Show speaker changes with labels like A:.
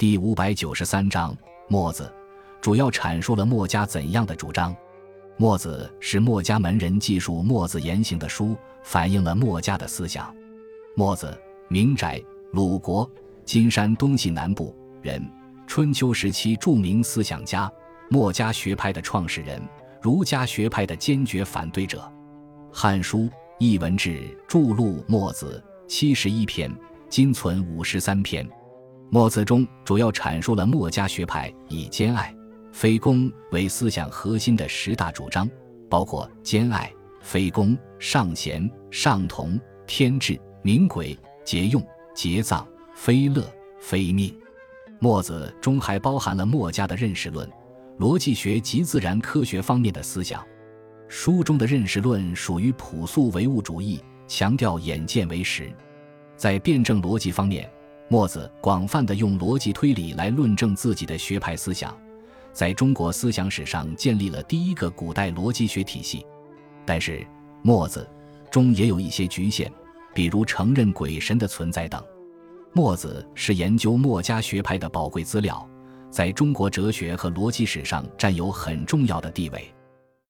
A: 第593章墨子，主要阐述了墨家怎样的主张。墨子是墨家门人记述墨子言行的书，反映了墨家的思想。墨子，名翟，鲁国金山东西南部人，春秋时期著名思想家，墨家学派的创始人，儒家学派的坚决反对者。《汉书·艺文志》著录墨子71篇，今存53篇。墨子中主要阐述了墨家学派以兼爱、非攻为思想核心的10大主张，包括兼爱、非攻、尚贤、尚同、天志、明轨、节用、节葬、非乐、非命。墨子中还包含了墨家的认识论、逻辑学及自然科学方面的思想。书中的认识论属于朴素唯物主义，强调眼见为实。在辩证逻辑方面，墨子广泛地用逻辑推理来论证自己的学派思想，在中国思想史上建立了第一个古代逻辑学体系。但是墨子中也有一些局限，比如承认鬼神的存在等。墨子是研究墨家学派的宝贵资料，在中国哲学和逻辑史上占有很重要的地位。